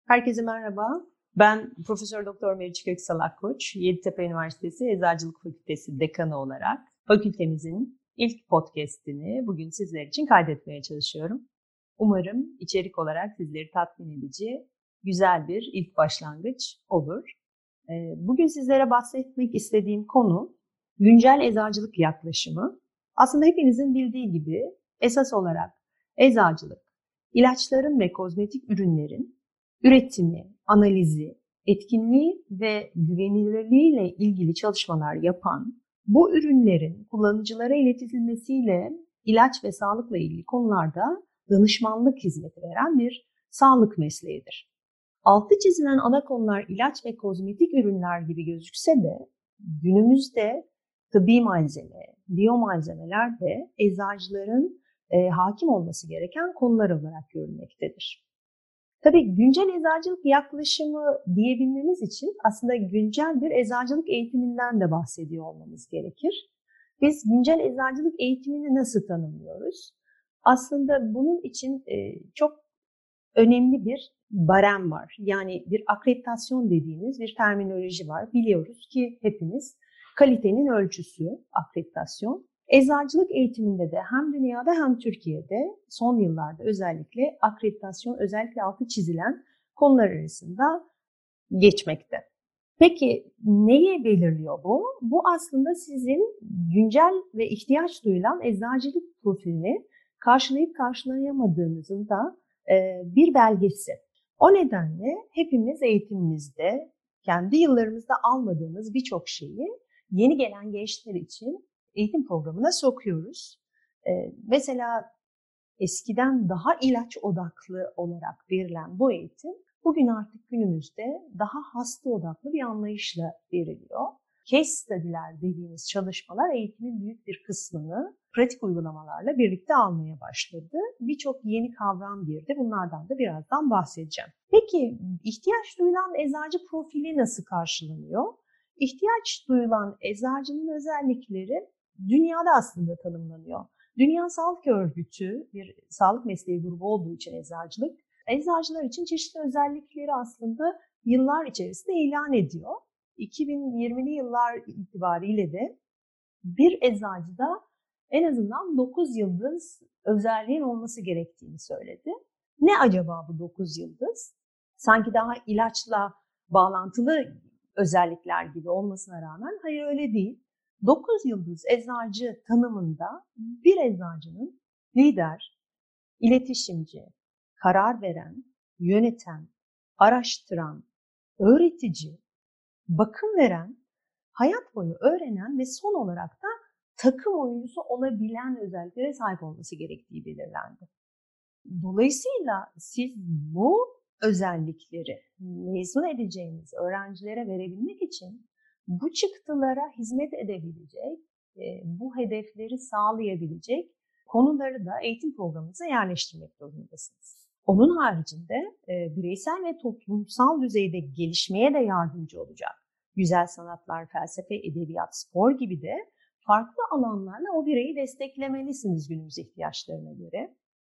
Herkese merhaba. Ben Profesör Doktor Meriç Köksal Akkoç, Yeditepe Üniversitesi Eczacılık Fakültesi Dekanı olarak fakültemizin ilk podcast'ini bugün sizler için kaydetmeye çalışıyorum. Umarım içerik olarak sizleri tatmin edici, güzel bir ilk başlangıç olur. Bugün sizlere bahsetmek istediğim konu güncel eczacılık yaklaşımı. Aslında hepinizin bildiği gibi esas olarak eczacılık, ilaçların ve kozmetik ürünlerin üretimi, analizi, etkinliği ve güvenilirliğiyle ilgili çalışmalar yapan, bu ürünlerin kullanıcılara iletilmesiyle ilaç ve sağlıkla ilgili konularda danışmanlık hizmeti veren bir sağlık mesleğidir. Altı çizilen ana konular ilaç ve kozmetik ürünler gibi gözükse de günümüzde tıbbi malzeme, biyomalzemeler de eczacıların hakim olması gereken konular olarak görülmektedir. Tabii güncel eczacılık yaklaşımı diyebilmemiz için aslında güncel bir eczacılık eğitiminden de bahsediyor olmamız gerekir. Biz güncel eczacılık eğitimini nasıl tanımlıyoruz? Aslında bunun için çok önemli bir barem var. Yani bir akreditasyon dediğimiz bir terminoloji var. Biliyoruz ki hepimiz kalitenin ölçüsü akreditasyon. Eczacılık eğitiminde de hem dünyada hem Türkiye'de son yıllarda özellikle akreditasyon özellikle altı çizilen konular arasında geçmekte. Peki neyi belirliyor bu? Bu aslında sizin güncel ve ihtiyaç duyulan eczacılık profilini karşılayıp karşılayamadığınızın da bir belgesi. O nedenle hepimiz eğitimimizde kendi yıllarımızda almadığımız birçok şeyi yeni gelen gençler için eğitim programına sokuyoruz. Mesela eskiden daha ilaç odaklı olarak verilen bu eğitim bugün artık günümüzde daha hasta odaklı bir anlayışla veriliyor. Case study'ler dediğimiz çalışmalar eğitimin büyük bir kısmını pratik uygulamalarla birlikte almaya başladı. Birçok yeni kavram girdi. Bunlardan da birazdan bahsedeceğim. Peki ihtiyaç duyulan eczacı profili nasıl karşılanıyor? İhtiyaç duyulan eczacının özellikleri dünyada aslında tanımlanıyor. Dünya Sağlık Örgütü bir sağlık mesleği grubu olduğu için eczacılık, eczacılar için çeşitli özellikleri aslında yıllar içerisinde ilan ediyor. 2020'li yıllar itibariyle de bir eczacıda en azından 9 yıldız özelliğin olması gerektiğini söyledi. Ne acaba bu 9 yıldız? Sanki daha ilaçla bağlantılı özellikler gibi olmasına rağmen hayır öyle değil. 9 yıldız eczacı tanımında bir eczacının lider, iletişimci, karar veren, yöneten, araştıran, öğretici, bakım veren, hayat boyu öğrenen ve son olarak da takım oyuncusu olabilen özelliklere sahip olması gerektiği belirlendi. Dolayısıyla siz bu özellikleri mezun edeceğiniz öğrencilere verebilmek için bu çıktılara hizmet edebilecek, bu hedefleri sağlayabilecek konuları da eğitim programınıza yerleştirmek zorundasınız. Onun haricinde bireysel ve toplumsal düzeyde gelişmeye de yardımcı olacak. Güzel sanatlar, felsefe, edebiyat, spor gibi de farklı alanlarla o bireyi desteklemelisiniz günümüz ihtiyaçlarına göre.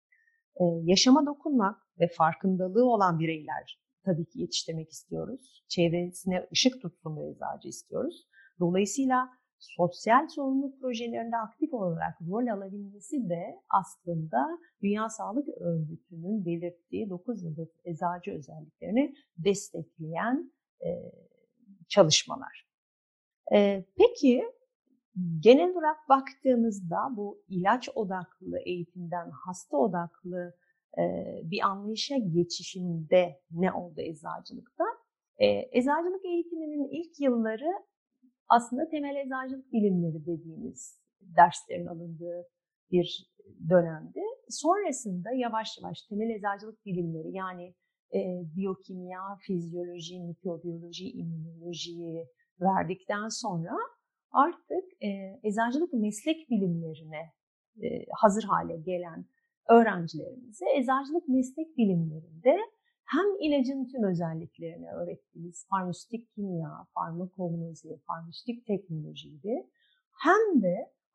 Yaşama dokunmak ve farkındalığı olan bireyler tabii ki yetiştirmek istiyoruz. Çevresine ışık tutsun bu eczacı istiyoruz. Dolayısıyla sosyal sorumluluk projelerinde aktif olarak rol alabilmesi de aslında Dünya Sağlık Örgütü'nün belirttiği 9 yıldız eczacı özelliklerini destekleyen çalışmalar. Peki genel olarak baktığımızda bu ilaç odaklı eğitimden hasta odaklı bir anlayışa geçişinde ne oldu eczacılıkta? Eczacılık eğitiminin ilk yılları aslında temel eczacılık bilimleri dediğimiz derslerin alındığı bir dönemdi. Sonrasında yavaş yavaş temel eczacılık bilimleri yani biyokimya, fizyoloji, mikrobiyoloji, immünolojiyi verdikten sonra artık eczacılık meslek bilimlerine hazır hale gelen öğrencilerimize eczacılık meslek bilimlerinde hem ilacın tüm özelliklerini öğrettiğimiz farmasötik kimya, farmakognozi, farmasötik teknoloji gibi hem de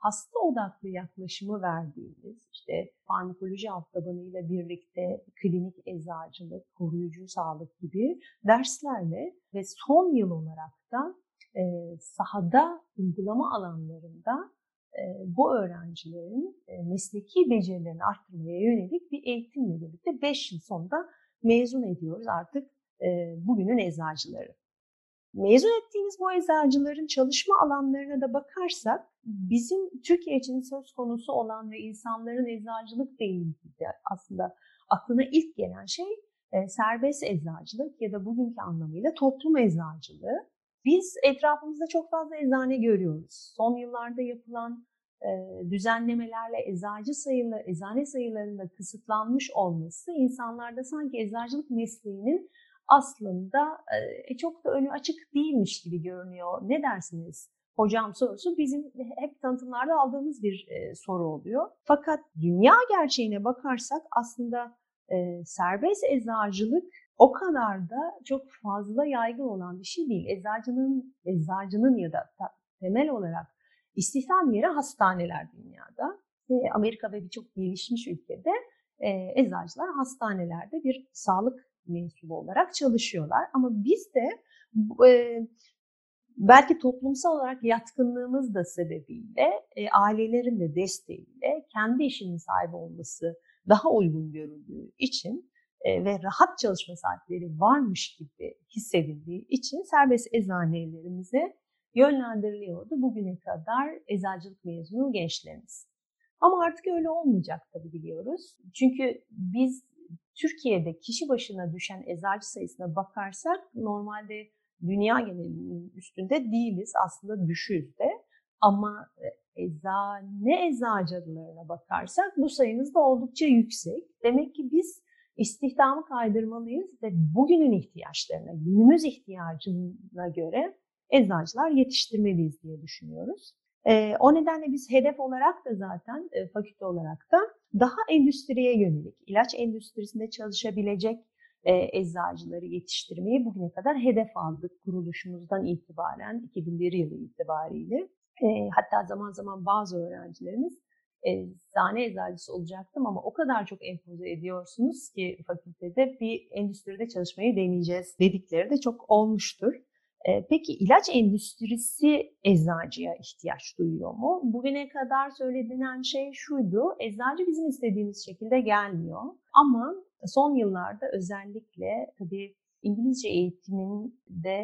hasta odaklı yaklaşımı verdiğimiz, işte farmakoloji alt tabanıyla birlikte klinik eczacılık, koruyucu sağlık gibi derslerle ve son yıl olarak da sahada uygulama alanlarında bu öğrencilerin mesleki becerilerini arttırmaya yönelik bir eğitimle birlikte 5 yıl sonunda mezun ediyoruz artık bugünün eczacıları. Mezun ettiğimiz bu eczacıların çalışma alanlarına da bakarsak bizim Türkiye için söz konusu olan ve insanların eczacılıkla ilgili aslında aklına ilk gelen şey serbest eczacılık ya da bugünkü anlamıyla toplum eczacılığı. Biz etrafımızda çok fazla eczane görüyoruz. Son yıllarda yapılan düzenlemelerle eczane sayılarında kısıtlanmış olması insanlarda sanki eczacılık mesleğinin aslında çok da önü açık değilmiş gibi görünüyor. Ne dersiniz hocam sorusu bizim hep tanıtımlarda aldığımız bir soru oluyor. Fakat dünya gerçeğine bakarsak aslında serbest eczacılık o kadar da çok fazla yaygın olan bir şey değil. Eczacının ya da temel olarak istihdam yeri hastaneler dünyada. Amerika ve birçok gelişmiş ülkede eczacılar hastanelerde bir sağlık mensubu olarak çalışıyorlar. Ama biz de belki toplumsal olarak yatkınlığımız da sebebiyle ailelerin de desteğiyle kendi işinin sahibi olması daha uygun görüldüğü için ve rahat çalışma saatleri varmış gibi hissedildiği için serbest eczanelerimize yönlendiriliyordu bugüne kadar eczacılık mezunu gençlerimiz. Ama artık öyle olmayacak tabii biliyoruz. Çünkü biz Türkiye'de kişi başına düşen eczacı sayısına bakarsak normalde dünya genelinin üstünde değiliz. Aslında düşüğüz de. Ama eczacılarına bakarsak bu sayımız da oldukça yüksek. Demek ki biz istihdamı kaydırmalıyız ve bugünün ihtiyaçlarına, günümüz ihtiyacına göre eczacılar yetiştirmeliyiz diye düşünüyoruz. O nedenle biz hedef olarak da zaten fakülte olarak da daha endüstriye yönelik, ilaç endüstrisinde çalışabilecek eczacıları yetiştirmeyi bugüne kadar hedef aldık kuruluşumuzdan itibaren 2001 yılı itibariyle. Hatta zaman zaman bazı öğrencilerimiz eczane eczacısı olacaktım ama o kadar çok empoze ediyorsunuz ki fakültede bir endüstride çalışmayı deneyeceğiz dedikleri de çok olmuştur. Peki ilaç endüstrisi eczacıya ihtiyaç duyuyor mu? Bugüne kadar söylenen şey şuydu, eczacı bizim istediğimiz şekilde gelmiyor. Ama son yıllarda özellikle tabii İngilizce eğitimin de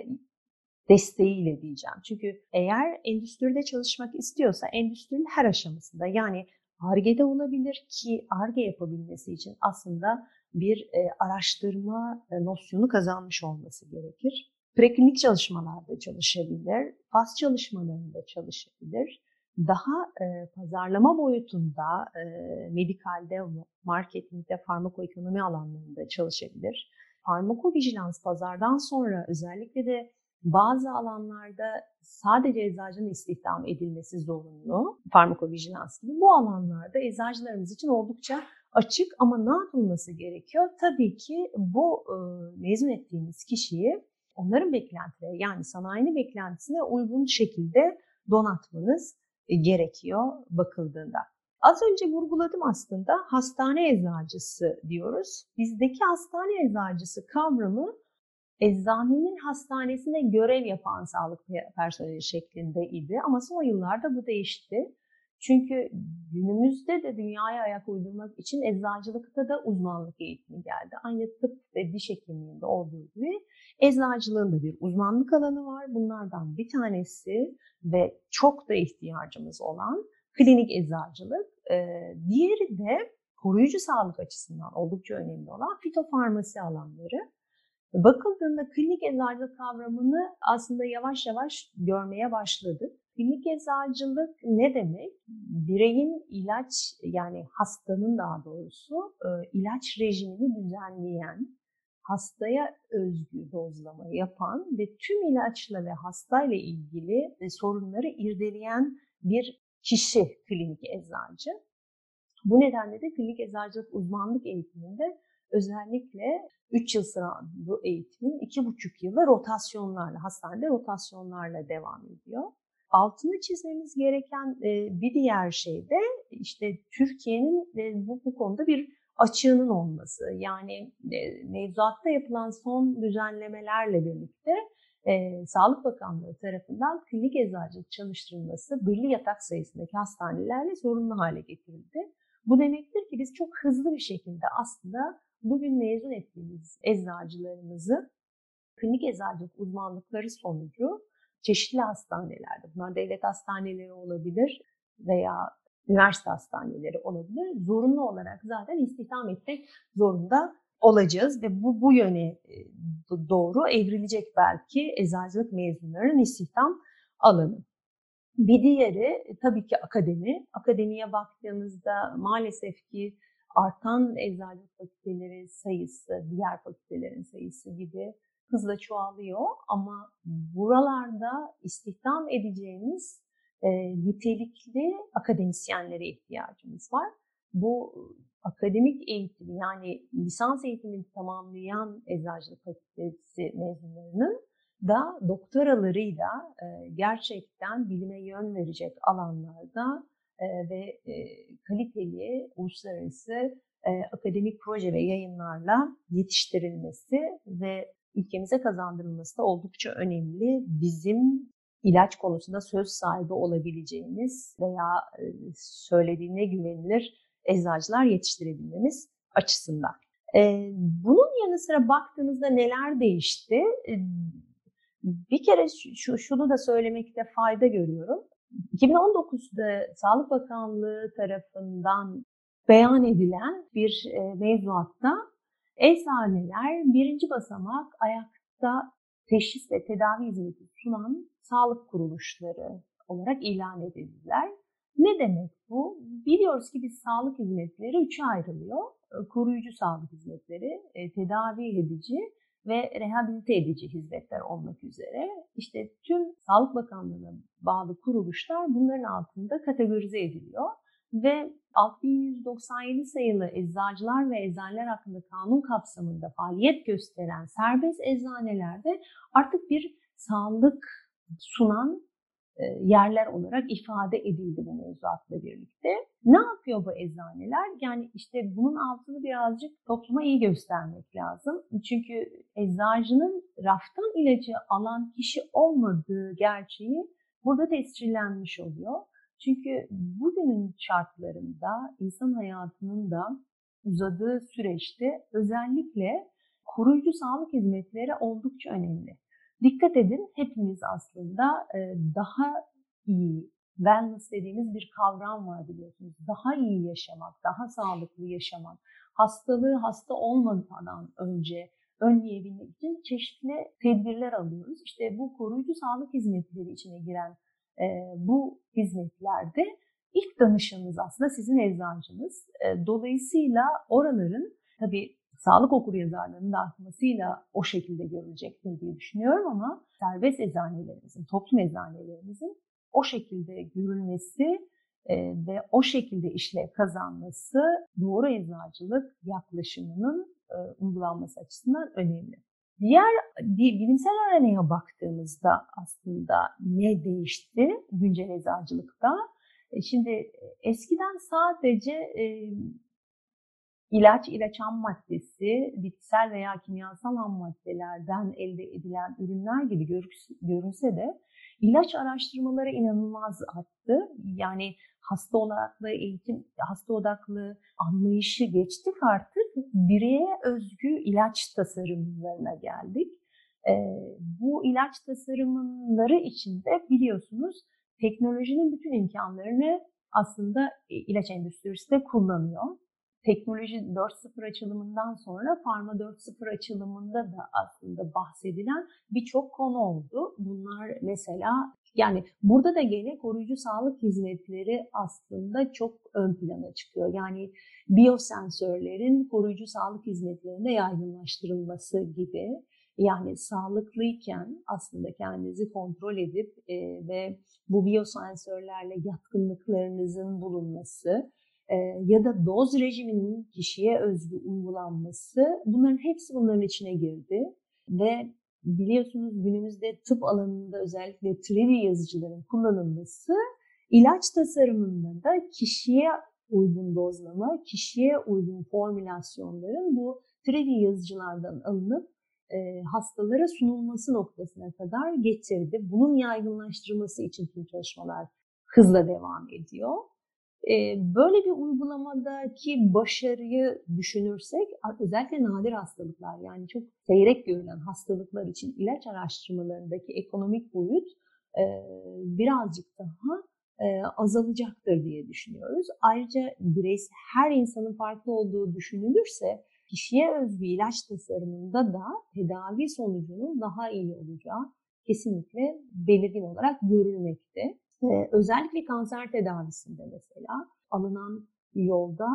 desteğiyle diyeceğim. Çünkü eğer endüstride çalışmak istiyorsa endüstrinin her aşamasında yani Ar-Ge'de olabilir ki Ar-Ge yapabilmesi için aslında bir araştırma nosyonu kazanmış olması gerekir. Preklinik çalışmalarda çalışabilir, faz çalışmalarında çalışabilir. Daha pazarlama boyutunda, medikalde, marketingde, farmakoekonomi alanlarında çalışabilir. Farmakovijilans pazardan sonra özellikle de bazı alanlarda sadece eczacının istihdam edilmesi zorunlu, farmakovijilans gibi. Bu alanlarda eczacılarımız için oldukça açık ama ne yapılması gerekiyor? Tabii ki bu mezun ettiğimiz kişiyi onların beklentileri yani sanayinin beklentisine uygun şekilde donatmanız gerekiyor bakıldığında. Az önce vurguladım aslında hastane eczacısı diyoruz. Bizdeki hastane eczacısı kavramı eczanenin hastanesinde görev yapan sağlık personeli şeklindeydi ama son yıllarda bu değişti. Çünkü günümüzde de dünyaya ayak uydurmak için eczacılıkta da uzmanlık eğitimi geldi. Aynı tıp ve diş hekimliğinde olduğu gibi eczacılığın da bir uzmanlık alanı var. Bunlardan bir tanesi ve çok da ihtiyacımız olan klinik eczacılık. Diğeri de koruyucu sağlık açısından oldukça önemli olan fitofarmasi alanları. Bakıldığında klinik eczacılık kavramını aslında yavaş yavaş görmeye başladık. Klinik eczacılık ne demek? Bireyin ilaç yani hastanın daha doğrusu ilaç rejimini düzenleyen, hastaya özgü dozlama yapan ve tüm ilaçla ve hastayla ilgili sorunları irdeleyen bir kişi klinik eczacı. Bu nedenle de klinik eczacılık uzmanlık eğitiminde özellikle 3 yıl süren bu eğitimin 2,5 yılı rotasyonlarla, hastanede rotasyonlarla devam ediyor. Altını çizmemiz gereken bir diğer şey de işte Türkiye'nin bu konuda bir açığının olması. Yani mevzuatta yapılan son düzenlemelerle birlikte Sağlık Bakanlığı tarafından klinik eczacılık çalıştırılması belli yatak sayısındaki hastanelerle zorunlu hale getirildi. Bu demektir ki biz çok hızlı bir şekilde aslında bugün mezun ettiğimiz eczacılarımızı klinik eczacılık uzmanlıkları sonucu çeşitli hastanelerde, bunlar devlet hastaneleri olabilir veya üniversite hastaneleri olabilir, zorunlu olarak zaten istihdam etmek zorunda olacağız ve bu yöne doğru evrilecek belki eczacılık mezunlarının istihdam alanı. Bir diğeri tabii ki akademi. Akademiye baktığımızda maalesef ki artan eczacılık fakülteleri sayısı, diğer fakültelerin sayısı gibi hızla çoğalıyor ama buralarda istihdam edeceğimiz nitelikli akademisyenlere ihtiyacımız var. Bu akademik eğitimi, yani lisans eğitimini tamamlayan eczacılık fakültesi mezunlarının da doktoralarıyla gerçekten bilime yön verecek alanlarda ve kaliteli uluslararası akademik proje ve yayınlarla yetiştirilmesi ve ülkemize kazandırılması da oldukça önemli. Bizim ilaç konusunda söz sahibi olabileceğimiz veya söylediğine güvenilir eczacılar yetiştirebilmemiz açısından. Bunun yanı sıra baktığımızda neler değişti? Bir kere şunu da söylemekte fayda görüyorum. 2019'da Sağlık Bakanlığı tarafından beyan edilen bir mevzuatta eczaneler birinci basamak ayakta teşhis ve tedavi hizmeti sunan sağlık kuruluşları olarak ilan edildiler. Ne demek bu? Biliyoruz ki biz sağlık hizmetleri üçe ayrılıyor. Koruyucu sağlık hizmetleri, tedavi edici ve rehabilite edici hizmetler olmak üzere işte tüm Sağlık Bakanlığı'na bağlı kuruluşlar bunların altında kategorize ediliyor ve 6197 sayılı Eczacılar ve Eczaneler Hakkında Kanun kapsamında faaliyet gösteren serbest eczanelerde artık bir sağlık sunan yerler olarak ifade edildi bu mevzuatla birlikte. Ne yapıyor bu eczaneler? Yani işte bunun altını birazcık topluma iyi göstermek lazım. Çünkü eczacının raftan ilacı alan kişi olmadığı gerçeği burada tescillenmiş oluyor. Çünkü bugünün şartlarında insan hayatının da uzadığı süreçte özellikle koruyucu sağlık hizmetleri oldukça önemli. Dikkat edin, hepimiz aslında daha iyi, wellness dediğimiz bir kavram var biliyorsunuz. Daha iyi yaşamak, daha sağlıklı yaşamak, hastalığı hasta olmadan önce önleyebilmek için çeşitli tedbirler alıyoruz. İşte bu koruyucu sağlık hizmetleri içine giren bu hizmetlerde ilk danışanınız aslında sizin eczacınız. Dolayısıyla oraların tabii sağlık okuryazarlığının da artmasıyla o şekilde görülecektir diye düşünüyorum ama serbest eczanelerimizin, toplum eczanelerimizin o şekilde görülmesi ve o şekilde işlev kazanması doğru eczacılık yaklaşımının uygulanması açısından önemli. Diğer bilimsel arenaya baktığımızda aslında ne değişti güncel eczacılıkta? Şimdi eskiden sadece ilaç ham maddesi, bitkisel veya kimyasal ham maddelerden elde edilen ürünler gibi görünse de ilaç araştırmaları inanılmaz arttı. Yani hasta odaklı eğitim, hasta odaklı anlayışı geçtik artık bireye özgü ilaç tasarımlarına geldik. Bu ilaç tasarımları içinde biliyorsunuz teknolojinin bütün imkanlarını aslında ilaç endüstrisi de kullanıyor. Teknoloji 4.0 açılımından sonra Pharma 4.0 açılımında da aslında bahsedilen birçok konu oldu. Bunlar mesela yani burada da gene koruyucu sağlık hizmetleri aslında çok ön plana çıkıyor. Yani biyosensörlerin koruyucu sağlık hizmetlerine yaygınlaştırılması gibi. Yani sağlıklıyken aslında kendinizi kontrol edip ve bu biyosensörlerle yatkınlıklarınızın bulunması ya da doz rejiminin kişiye özgü uygulanması bunların hepsi bunların içine girdi ve biliyorsunuz günümüzde tıp alanında özellikle 3D yazıcıların kullanılması ilaç tasarımında da kişiye uygun dozlama, kişiye uygun formülasyonların bu 3D yazıcılardan alınıp hastalara sunulması noktasına kadar getirdi. Bunun yaygınlaştırılması için tüm çalışmalar hızla devam ediyor. Böyle bir uygulamadaki başarıyı düşünürsek özellikle nadir hastalıklar, yani çok seyrek görülen hastalıklar için ilaç araştırmalarındaki ekonomik boyut birazcık daha azalacaktır diye düşünüyoruz. Ayrıca her insanın farklı olduğu düşünülürse kişiye özgü ilaç tasarımında da tedavi sonucunun daha iyi olacağı kesinlikle belirgin olarak görülmekte. Özellikle kanser tedavisinde mesela alınan yolda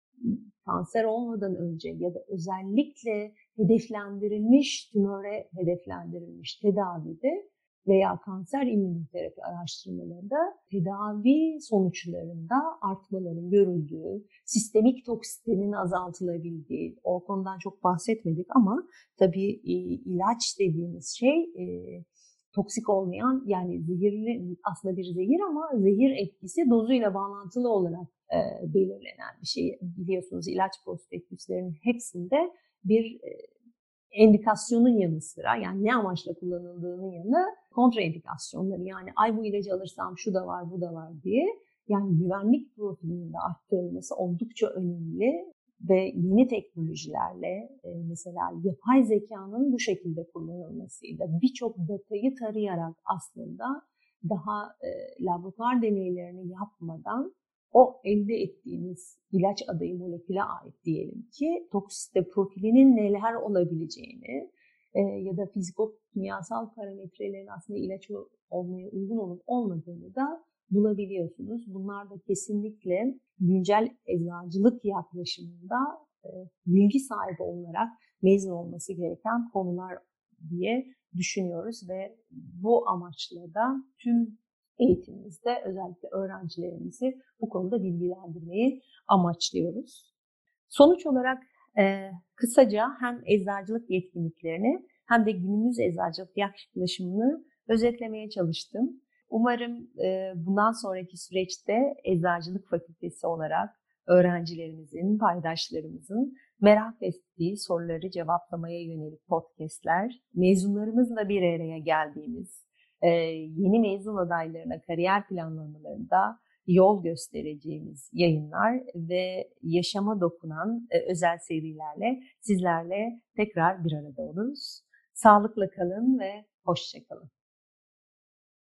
kanser olmadan önce ya da özellikle hedeflendirilmiş, tümöre hedeflendirilmiş tedavide veya kanser immünoterapi araştırmalarında tedavi sonuçlarında artmaların görüldüğü, sistemik toksitenin azaltılabildiği, o konudan çok bahsetmedik ama tabii ilaç dediğimiz şey toksik olmayan, yani zehirli, aslında bir zehir ama zehir etkisi dozuyla bağlantılı olarak belirlenen bir şey. Biliyorsunuz ilaç prospektüslerinin hepsinde bir endikasyonun yanı sıra, yani ne amaçla kullanıldığının yanı kontraindikasyonları, yani bu ilacı alırsam şu da var bu da var diye, yani güvenlik profilinin de arttırılması oldukça önemli. Ve yeni teknolojilerle mesela yapay zekanın bu şekilde kullanılmasıyla birçok datayı tarayarak aslında daha laboratuvar deneylerini yapmadan o elde ettiğiniz ilaç adayı moleküle ait diyelim ki toksite profilinin neler olabileceğini ya da fiziko-kimyasal parametrelerin aslında ilaç olmaya uygun olup olmadığını da bulabiliyorsunuz. Bunlar da kesinlikle güncel eczacılık yaklaşımında bilgi sahibi olarak mezun olması gereken konular diye düşünüyoruz ve bu amaçla da tüm eğitimimizde özellikle öğrencilerimizi bu konuda bilgilendirmeyi amaçlıyoruz. Sonuç olarak kısaca hem eczacılık yetkinliklerini hem de günümüz eczacılık yaklaşımını özetlemeye çalıştım. Umarım bundan sonraki süreçte Eczacılık Fakültesi olarak öğrencilerimizin, paydaşlarımızın merak ettiği soruları cevaplamaya yönelik podcastler, mezunlarımızla bir araya geldiğimiz, yeni mezun adaylarına kariyer planlamalarında yol göstereceğimiz yayınlar ve yaşama dokunan özel serilerle sizlerle tekrar bir arada oluruz. Sağlıkla kalın ve hoşça kalın.